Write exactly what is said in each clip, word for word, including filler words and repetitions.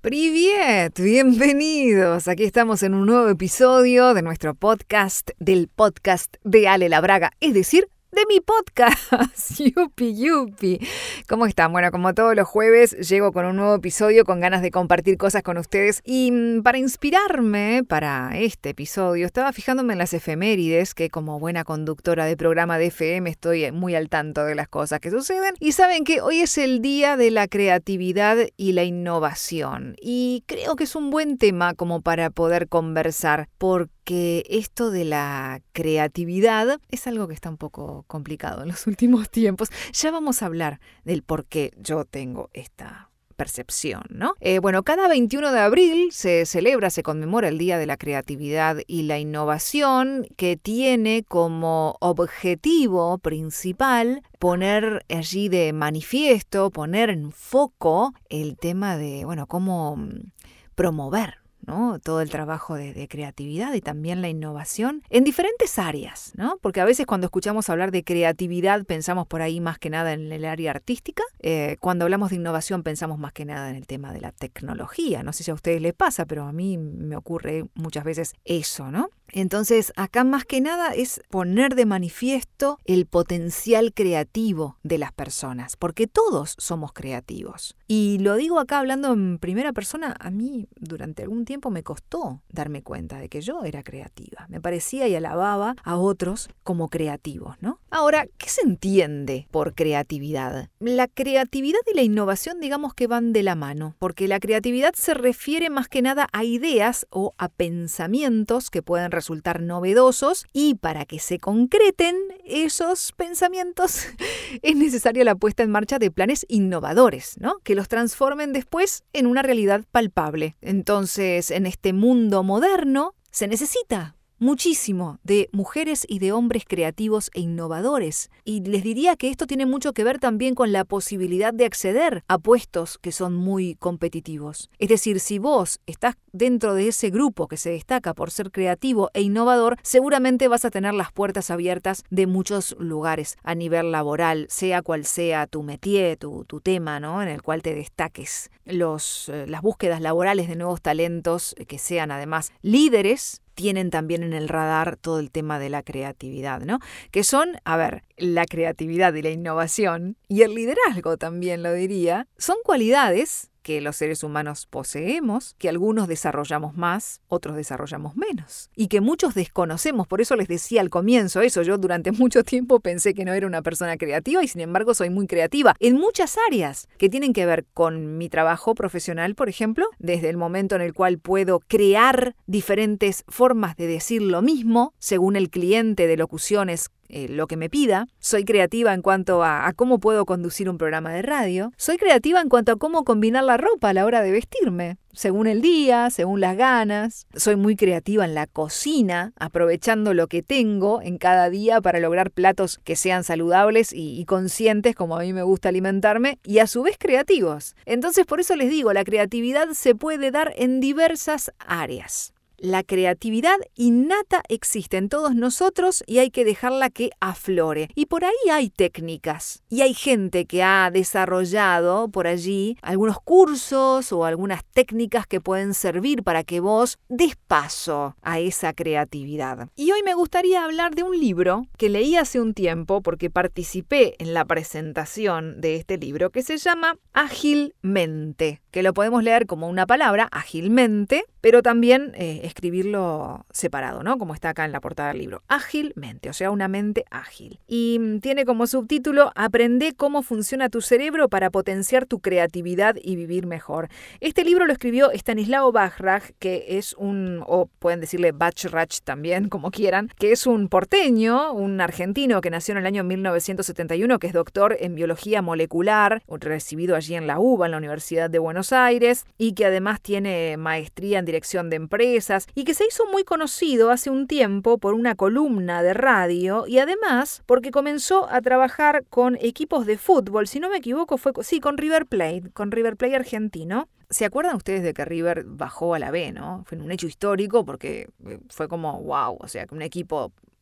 Привет, bienvenidos. Aquí estamos en un nuevo episodio de nuestro podcast, del podcast de Ale Labraga, es decir, de mi podcast, Yupi Yupi. ¿Cómo están? Bueno, como todos los jueves, llego con un nuevo episodio con ganas de compartir cosas con ustedes. Y para inspirarme para este episodio, estaba fijándome en las efemérides, que como buena conductora de programa de F M estoy muy al tanto de las cosas que suceden. Y saben que hoy es el Día de la Creatividad y la Innovación. Y creo que es un buen tema como para poder conversar, porque que esto de la creatividad es algo que está un poco complicado en los últimos tiempos. Ya vamos a hablar del por qué yo tengo esta percepción, ¿no? Eh, bueno, cada veintiuno de abril se celebra, se conmemora el Día de la Creatividad y la Innovación, que tiene como objetivo principal poner allí de manifiesto, poner en foco el tema de, bueno, cómo promover, ¿no? Todo el trabajo de, de creatividad y también la innovación en diferentes áreas, ¿no? Porque a veces cuando escuchamos hablar de creatividad pensamos por ahí más que nada en el área artística. Eh, cuando hablamos de innovación pensamos más que nada en el tema de la tecnología. No sé si a ustedes les pasa, pero a mí me ocurre muchas veces eso, ¿no? Entonces, acá más que nada es poner de manifiesto el potencial creativo de las personas, porque todos somos creativos. Y lo digo acá hablando en primera persona, a mí durante algún tiempo me costó darme cuenta de que yo era creativa. Me parecía y alababa a otros como creativos, ¿no? Ahora, ¿qué se entiende por creatividad? La creatividad y la innovación, digamos que van de la mano, porque la creatividad se refiere más que nada a ideas o a pensamientos que pueden resultar novedosos, y para que se concreten esos pensamientos es necesaria la puesta en marcha de planes innovadores, ¿no? Que los transformen después en una realidad palpable. Entonces, en este mundo moderno se necesita muchísimo de mujeres y de hombres creativos e innovadores. Y les diría que esto tiene mucho que ver también con la posibilidad de acceder a puestos que son muy competitivos. Es decir, si vos estás dentro de ese grupo que se destaca por ser creativo e innovador, seguramente vas a tener las puertas abiertas de muchos lugares a nivel laboral, sea cual sea tu métier, tu, tu tema, ¿no? En el cual te destaques. Los, eh, las búsquedas laborales de nuevos talentos que sean además líderes tienen también en el radar todo el tema de la creatividad, ¿no? Que son, a ver, la creatividad y la innovación y el liderazgo también lo diría, son cualidades que los seres humanos poseemos, que algunos desarrollamos más, otros desarrollamos menos, y que muchos desconocemos. Por eso les decía al comienzo eso, yo durante mucho tiempo pensé que no era una persona creativa y sin embargo soy muy creativa en muchas áreas que tienen que ver con mi trabajo profesional, por ejemplo, desde el momento en el cual puedo crear diferentes formas de decir lo mismo según el cliente de locuciones, Eh, lo que me pida. Soy creativa en cuanto a, a cómo puedo conducir un programa de radio. Soy creativa en cuanto a cómo combinar la ropa a la hora de vestirme, según el día, según las ganas. Soy muy creativa en la cocina, aprovechando lo que tengo en cada día para lograr platos que sean saludables y, y conscientes, como a mí me gusta alimentarme, y a su vez creativos. Entonces, por eso les digo, la creatividad se puede dar en diversas áreas. La creatividad innata existe en todos nosotros y hay que dejarla que aflore. Y por ahí hay técnicas. Y hay gente que ha desarrollado por allí algunos cursos o algunas técnicas que pueden servir para que vos des paso a esa creatividad. Y hoy me gustaría hablar de un libro que leí hace un tiempo porque participé en la presentación de este libro, que se llama Ágilmente, que lo podemos leer como una palabra, ágilmente, pero también eh, escribirlo separado, ¿no? Como está acá en la portada del libro. Ágilmente, o sea, una mente ágil. Y tiene como subtítulo: Aprende cómo funciona tu cerebro para potenciar tu creatividad y vivir mejor. Este libro lo escribió Stanislao Bachrach, que es un, o pueden decirle Bachrach también, como quieran, que es un porteño, un argentino que nació en el año mil novecientos setenta y uno, que es doctor en biología molecular, recibido allí en la U B A, en la Universidad de Buenos Aires, y que además tiene maestría en dirección de empresas, y que se hizo muy conocido hace un tiempo por una columna de radio y además porque comenzó a trabajar con equipos de fútbol, si no me equivoco fue sí, con River Plate, con River Plate argentino. ¿Se acuerdan ustedes de que River bajó a la B, no? Fue un hecho histórico porque fue como wow, o sea, que un equipo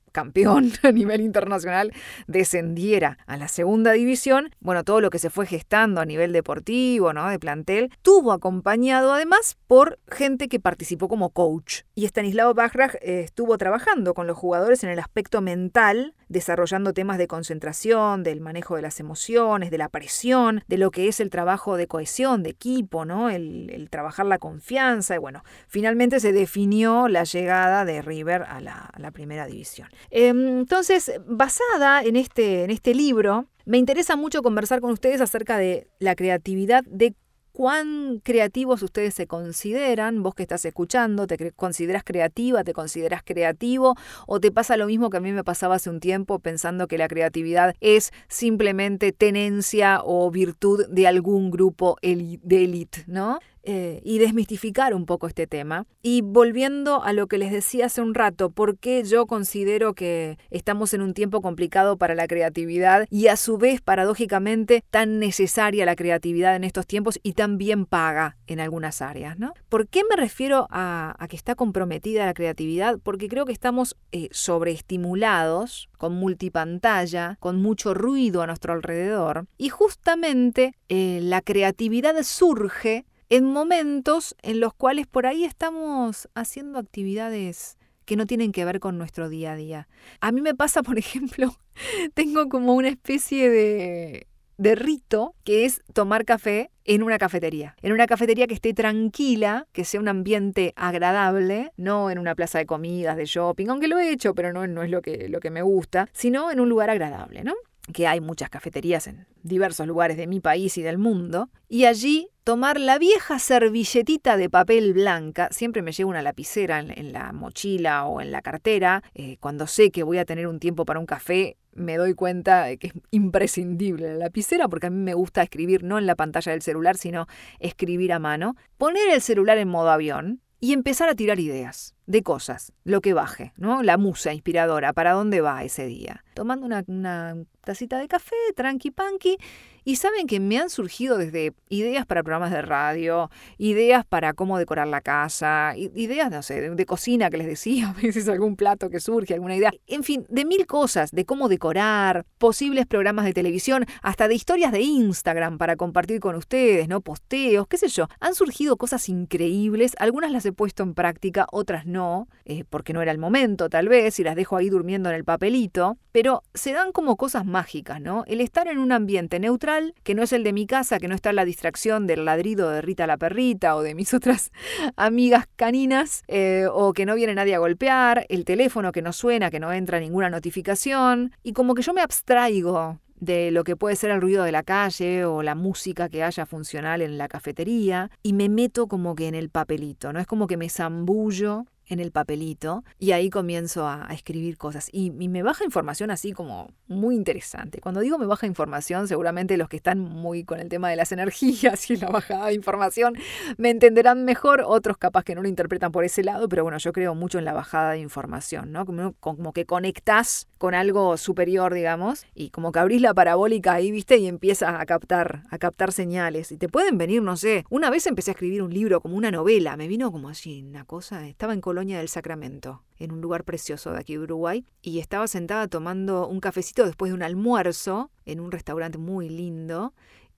campeón a nivel internacional, descendiera a la segunda división, bueno, todo lo que se fue gestando a nivel deportivo, ¿no? De plantel, tuvo acompañado además por gente que participó como coach. Y Stanislao Bajrach eh, estuvo trabajando con los jugadores en el aspecto mental, desarrollando temas de concentración, del manejo de las emociones, de la presión, de lo que es el trabajo de cohesión, de equipo, ¿no? El, el trabajar la confianza. Y bueno, finalmente se definió la llegada de River a la, a la primera división. Entonces, basada en este, en este libro, me interesa mucho conversar con ustedes acerca de la creatividad, de cuán creativos ustedes se consideran. Vos que estás escuchando, ¿te consideras creativa, te consideras creativo? ¿O te pasa lo mismo que a mí me pasaba hace un tiempo, pensando que la creatividad es simplemente tenencia o virtud de algún grupo de élite, ¿no? Eh, y desmistificar un poco este tema. Y volviendo a lo que les decía hace un rato, ¿por qué yo considero que estamos en un tiempo complicado para la creatividad y a su vez, paradójicamente, tan necesaria la creatividad en estos tiempos y tan bien paga en algunas áreas, ¿no? ¿Por qué me refiero a, a que está comprometida la creatividad? Porque creo que estamos eh, sobreestimulados, con multipantalla, con mucho ruido a nuestro alrededor, y justamente eh, la creatividad surge en momentos en los cuales por ahí estamos haciendo actividades que no tienen que ver con nuestro día a día. A mí me pasa, por ejemplo, tengo como una especie de, de rito que es tomar café en una cafetería. En una cafetería que esté tranquila, que sea un ambiente agradable, no en una plaza de comidas, de shopping, aunque lo he hecho, pero no, no es lo que, lo que me gusta, sino en un lugar agradable, ¿no? Que hay muchas cafeterías en diversos lugares de mi país y del mundo, y allí tomar la vieja servilletita de papel blanca. Siempre me llevo una lapicera en, en la mochila o en la cartera. Eh, cuando sé que voy a tener un tiempo para un café, me doy cuenta de que es imprescindible la lapicera, porque a mí me gusta escribir no en la pantalla del celular, sino escribir a mano. Poner el celular en modo avión y empezar a tirar ideas de cosas, lo que baje, ¿no? La musa inspiradora, ¿para dónde va ese día? Tomando una, una tacita de café, tranqui panqui, y saben que me han surgido desde ideas para programas de radio, ideas para cómo decorar la casa, ideas, no sé, de, de cocina que les decía, a veces algún plato que surge, alguna idea, en fin, de mil cosas, de cómo decorar, posibles programas de televisión, hasta de historias de Instagram para compartir con ustedes, ¿no? Posteos, qué sé yo. Han surgido cosas increíbles, algunas las he puesto en práctica, otras no. No, eh, porque no era el momento tal vez, y las dejo ahí durmiendo en el papelito, pero se dan como cosas mágicas, ¿no? El estar en un ambiente neutral, que no es el de mi casa, que no está la distracción del ladrido de Rita la perrita o de mis otras amigas caninas, eh, o que no viene nadie a golpear, el teléfono que no suena, que no entra ninguna notificación, y como que yo me abstraigo de lo que puede ser el ruido de la calle o la música que haya funcional en la cafetería, y me meto como que en el papelito, ¿no? Es como que me zambullo en el papelito y ahí comienzo a, a escribir cosas. Y, y me baja información así como muy interesante. Cuando digo me baja información, seguramente los que están muy con el tema de las energías y la bajada de información me entenderán mejor, otros capaz que no lo interpretan por ese lado, pero bueno, yo creo mucho en la bajada de información, ¿no? Como, como que conectás con algo superior, digamos, y como que abrís la parabólica ahí, ¿viste? Y empiezas a captar, a captar señales. Y te pueden venir, no sé, una vez empecé a escribir un libro, como una novela, me vino como así una cosa, estaba en Colonia del Sacramento, en un lugar precioso de aquí de Uruguay, y estaba sentada tomando un cafecito después de un almuerzo en un restaurante muy lindo,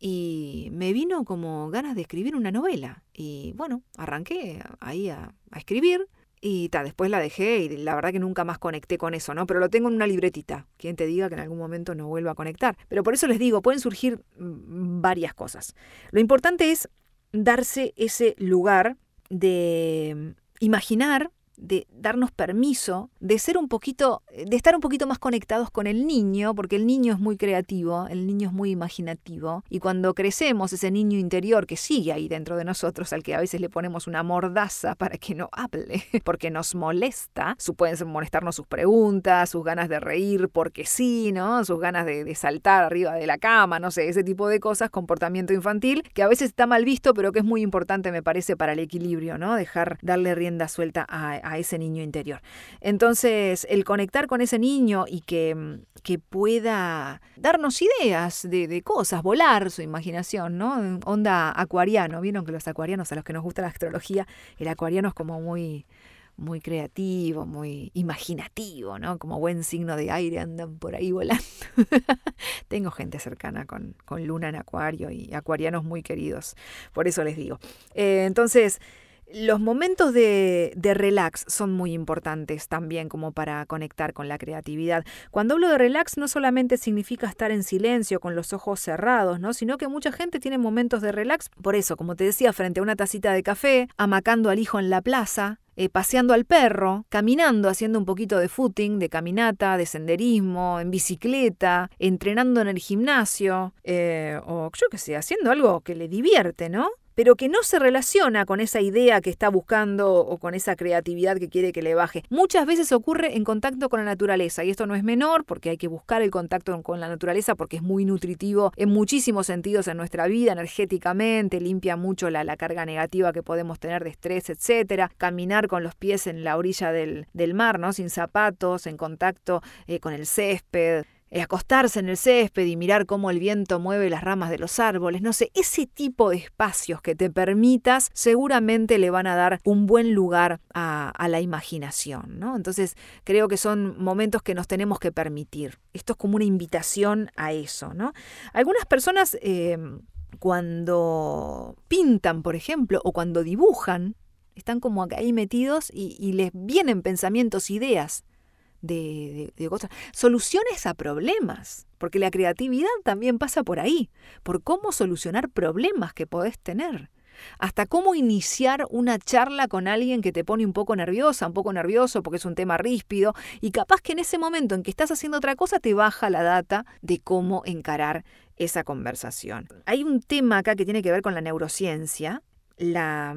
y me vino como ganas de escribir una novela. Y bueno, arranqué ahí a, a escribir, y ta, después la dejé, y la verdad que nunca más conecté con eso, ¿no? Pero lo tengo en una libretita. Quien te diga que en algún momento no vuelva a conectar. Pero por eso les digo, pueden surgir varias cosas. Lo importante es darse ese lugar de imaginar, de darnos permiso de ser un poquito, de estar un poquito más conectados con el niño, porque el niño es muy creativo, el niño es muy imaginativo, y cuando crecemos, ese niño interior que sigue ahí dentro de nosotros, al que a veces le ponemos una mordaza para que no hable, porque nos molesta, su, pueden molestarnos sus preguntas, sus ganas de reír porque sí, ¿no? Sus ganas de, de saltar arriba de la cama, no sé, ese tipo de cosas, comportamiento infantil, que a veces está mal visto, pero que es muy importante, me parece, para el equilibrio, ¿no? Dejar, darle rienda suelta a, a ese niño interior. Entonces, el conectar con ese niño y que, que pueda darnos ideas de, de cosas, volar su imaginación, ¿no? Onda acuariano. Vieron que los acuarianos, a los que nos gusta la astrología, el acuariano es como muy... muy creativo, muy imaginativo, ¿no? Como buen signo de aire andan por ahí volando. Tengo gente cercana con, con luna en acuario y acuarianos muy queridos, por eso les digo. Eh, entonces, los momentos de, de relax son muy importantes también como para conectar con la creatividad. Cuando hablo de relax no solamente significa estar en silencio con los ojos cerrados, ¿no? Sino que mucha gente tiene momentos de relax, por eso, como te decía, frente a una tacita de café, amacando al hijo en la plaza, eh, paseando al perro, caminando, haciendo un poquito de footing, de caminata, de senderismo, en bicicleta, entrenando en el gimnasio, eh, o yo qué sé, haciendo algo que le divierte, ¿no? Pero que no se relaciona con esa idea que está buscando o con esa creatividad que quiere que le baje. Muchas veces ocurre en contacto con la naturaleza, y esto no es menor porque hay que buscar el contacto con la naturaleza porque es muy nutritivo en muchísimos sentidos en nuestra vida, energéticamente, limpia mucho la, la carga negativa que podemos tener de estrés, etcétera. Caminar con los pies en la orilla del, del mar, ¿no? Sin zapatos, en contacto eh, con el césped. Eh, acostarse en el césped y mirar cómo el viento mueve las ramas de los árboles, no sé, ese tipo de espacios que te permitas seguramente le van a dar un buen lugar a, a la imaginación, ¿no? Entonces creo que son momentos que nos tenemos que permitir. Esto es como una invitación a eso, ¿no? Algunas personas eh, cuando pintan, por ejemplo, o cuando dibujan, están como ahí metidos y, y les vienen pensamientos, ideas. De, de, de cosas, soluciones a problemas, porque la creatividad también pasa por ahí, por cómo solucionar problemas que podés tener, hasta cómo iniciar una charla con alguien que te pone un poco nerviosa, un poco nervioso porque es un tema ríspido, y capaz que en ese momento en que estás haciendo otra cosa te baja la data de cómo encarar esa conversación. Hay un tema acá que tiene que ver con la neurociencia. La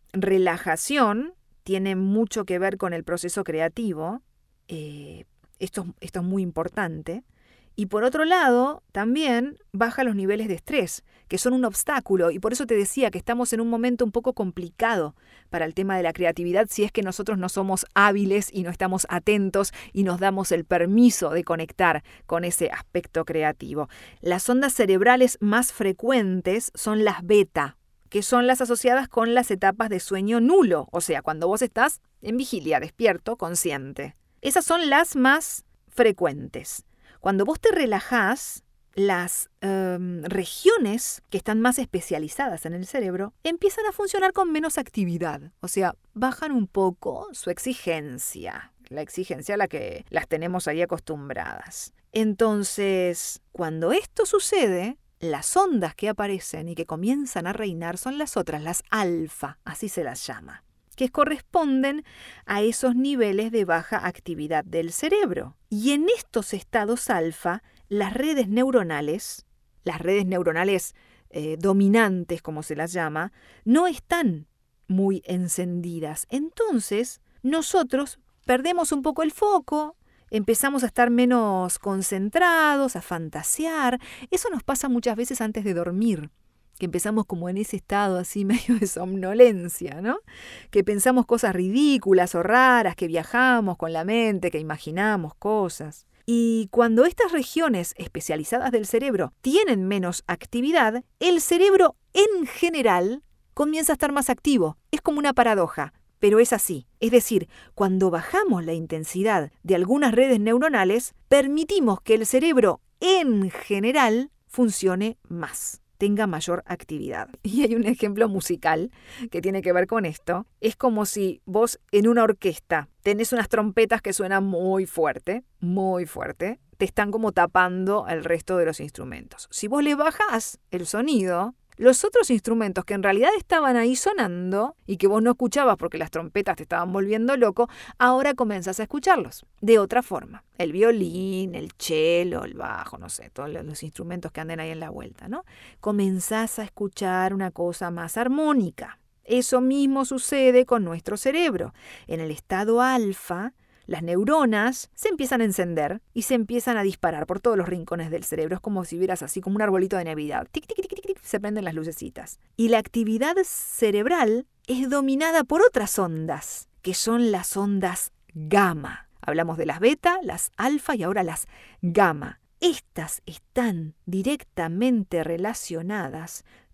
relajación tiene mucho que ver con el proceso creativo. Eh, esto, esto es muy importante. Y por otro lado, también baja los niveles de estrés, que son un obstáculo, y por eso te decía que estamos en un momento un poco complicado para el tema de la creatividad si es que nosotros no somos hábiles y no estamos atentos y nos damos el permiso de conectar con ese aspecto creativo. Las ondas cerebrales más frecuentes son las beta, que son las asociadas con las etapas de sueño nulo, o sea, cuando vos estás en vigilia, despierto, consciente. Esas son las más frecuentes. Cuando vos te relajás, las eh, regiones que están más especializadas en el cerebro empiezan a funcionar con menos actividad. O sea, bajan un poco su exigencia, la exigencia a la que las tenemos ahí acostumbradas. Entonces, cuando esto sucede, las ondas que aparecen y que comienzan a reinar son las otras, las alfa, así se las llama, que corresponden a esos niveles de baja actividad del cerebro. Y en estos estados alfa, las redes neuronales, las redes neuronales eh, dominantes, como se las llama, no están muy encendidas. Entonces, nosotros perdemos un poco el foco, empezamos a estar menos concentrados, a fantasear. Eso nos pasa muchas veces antes de dormir, que empezamos como en ese estado así medio de somnolencia, ¿no? Que pensamos cosas ridículas o raras, que viajamos con la mente, que imaginamos cosas. Y cuando estas regiones especializadas del cerebro tienen menos actividad, el cerebro en general comienza a estar más activo. Es como una paradoja, pero es así. Es decir, cuando bajamos la intensidad de algunas redes neuronales, permitimos que el cerebro en general funcione más, tenga mayor actividad. Y hay un ejemplo musical que tiene que ver con esto. Es como si vos en una orquesta tenés unas trompetas que suenan muy fuerte, muy fuerte, te están como tapando el resto de los instrumentos. Si vos le bajás el sonido, los otros instrumentos que en realidad estaban ahí sonando y que vos no escuchabas porque las trompetas te estaban volviendo loco, ahora comenzás a escucharlos de otra forma. El violín, el cello, el bajo, no sé, todos los instrumentos que anden ahí en la vuelta, ¿no? Comenzás a escuchar una cosa más armónica. Eso mismo sucede con nuestro cerebro. En el estado alfa, las neuronas se empiezan a encender y se empiezan a disparar por todos los rincones del cerebro. Es como si vieras así como un arbolito de Navidad. Tic, tic, tic, tic, tic, se prenden las lucecitas. Y la actividad cerebral es dominada por otras ondas, que son las ondas gamma. Hablamos de las beta, las alfa y ahora las gamma. Estas están directamente relacionadas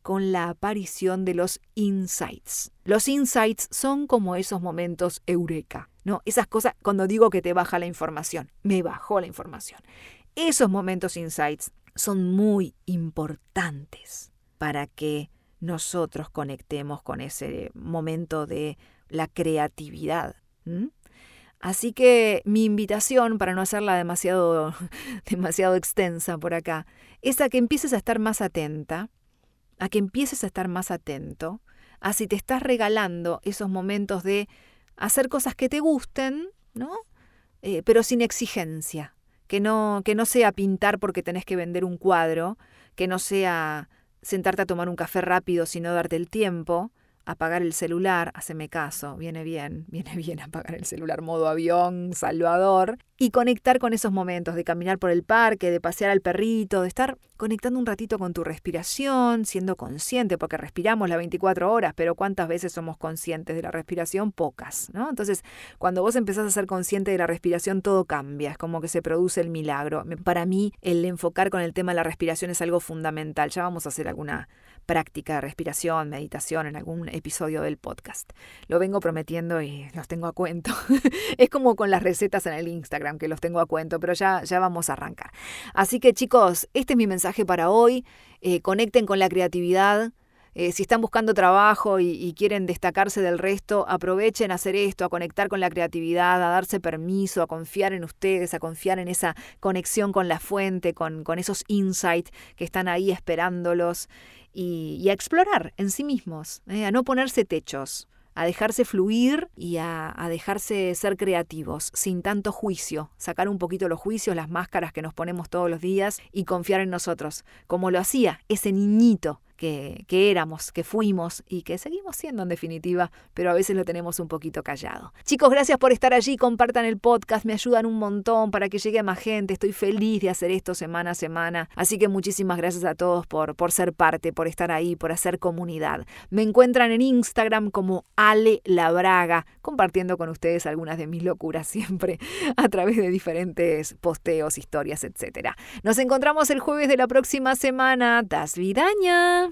con la aparición de los insights. Los insights son como esos momentos eureka, ¿no? Esas cosas, cuando digo que te baja la información, me bajó la información. Esos momentos insights son muy importantes para que nosotros conectemos con ese momento de la creatividad. ¿Mm? Así que mi invitación, para no hacerla demasiado, demasiado extensa por acá, es a que empieces a estar más atenta, a que empieces a estar más atento, a si te estás regalando esos momentos de hacer cosas que te gusten, ¿no? Eh, pero sin exigencia, que no, que no sea pintar porque tenés que vender un cuadro, que no sea sentarte a tomar un café rápido sino darte el tiempo, apagar el celular, haceme caso, viene bien, viene bien apagar el celular, modo avión, salvador, y conectar con esos momentos de caminar por el parque, de pasear al perrito, de estar conectando un ratito con tu respiración, siendo consciente, porque respiramos las veinticuatro horas, pero ¿cuántas veces somos conscientes de la respiración? Pocas, ¿no? Entonces, cuando vos empezás a ser consciente de la respiración, todo cambia, es como que se produce el milagro. Para mí, el enfocar con el tema de la respiración es algo fundamental. Ya vamos a hacer alguna práctica de respiración, meditación en algún episodio del podcast. Lo vengo prometiendo y los tengo a cuento. Es como con las recetas en el Instagram, que los tengo a cuento, pero ya, ya vamos a arrancar. Así que chicos, este es mi mensaje para hoy. Eh, conecten con la creatividad. Eh, si están buscando trabajo y, y quieren destacarse del resto, aprovechen a hacer esto, a conectar con la creatividad, a darse permiso, a confiar en ustedes, a confiar en esa conexión con la fuente, con, con esos insights que están ahí esperándolos y, y a explorar en sí mismos, eh, a no ponerse techos, a dejarse fluir y a, a dejarse ser creativos, sin tanto juicio, sacar un poquito los juicios, las máscaras que nos ponemos todos los días y confiar en nosotros, como lo hacía ese niñito que, que éramos, que fuimos y que seguimos siendo en definitiva, pero a veces lo tenemos un poquito callado. Chicos, gracias por estar allí, compartan el podcast, me ayudan un montón para que llegue a más gente, estoy feliz de hacer esto semana a semana, así que muchísimas gracias a todos por, por ser parte, por estar ahí, por hacer comunidad. Me encuentran en Instagram como Ale Labraga, compartiendo con ustedes algunas de mis locuras siempre a través de diferentes posteos, historias, etcétera. Nos encontramos el jueves de la próxima semana. Das Vidaña.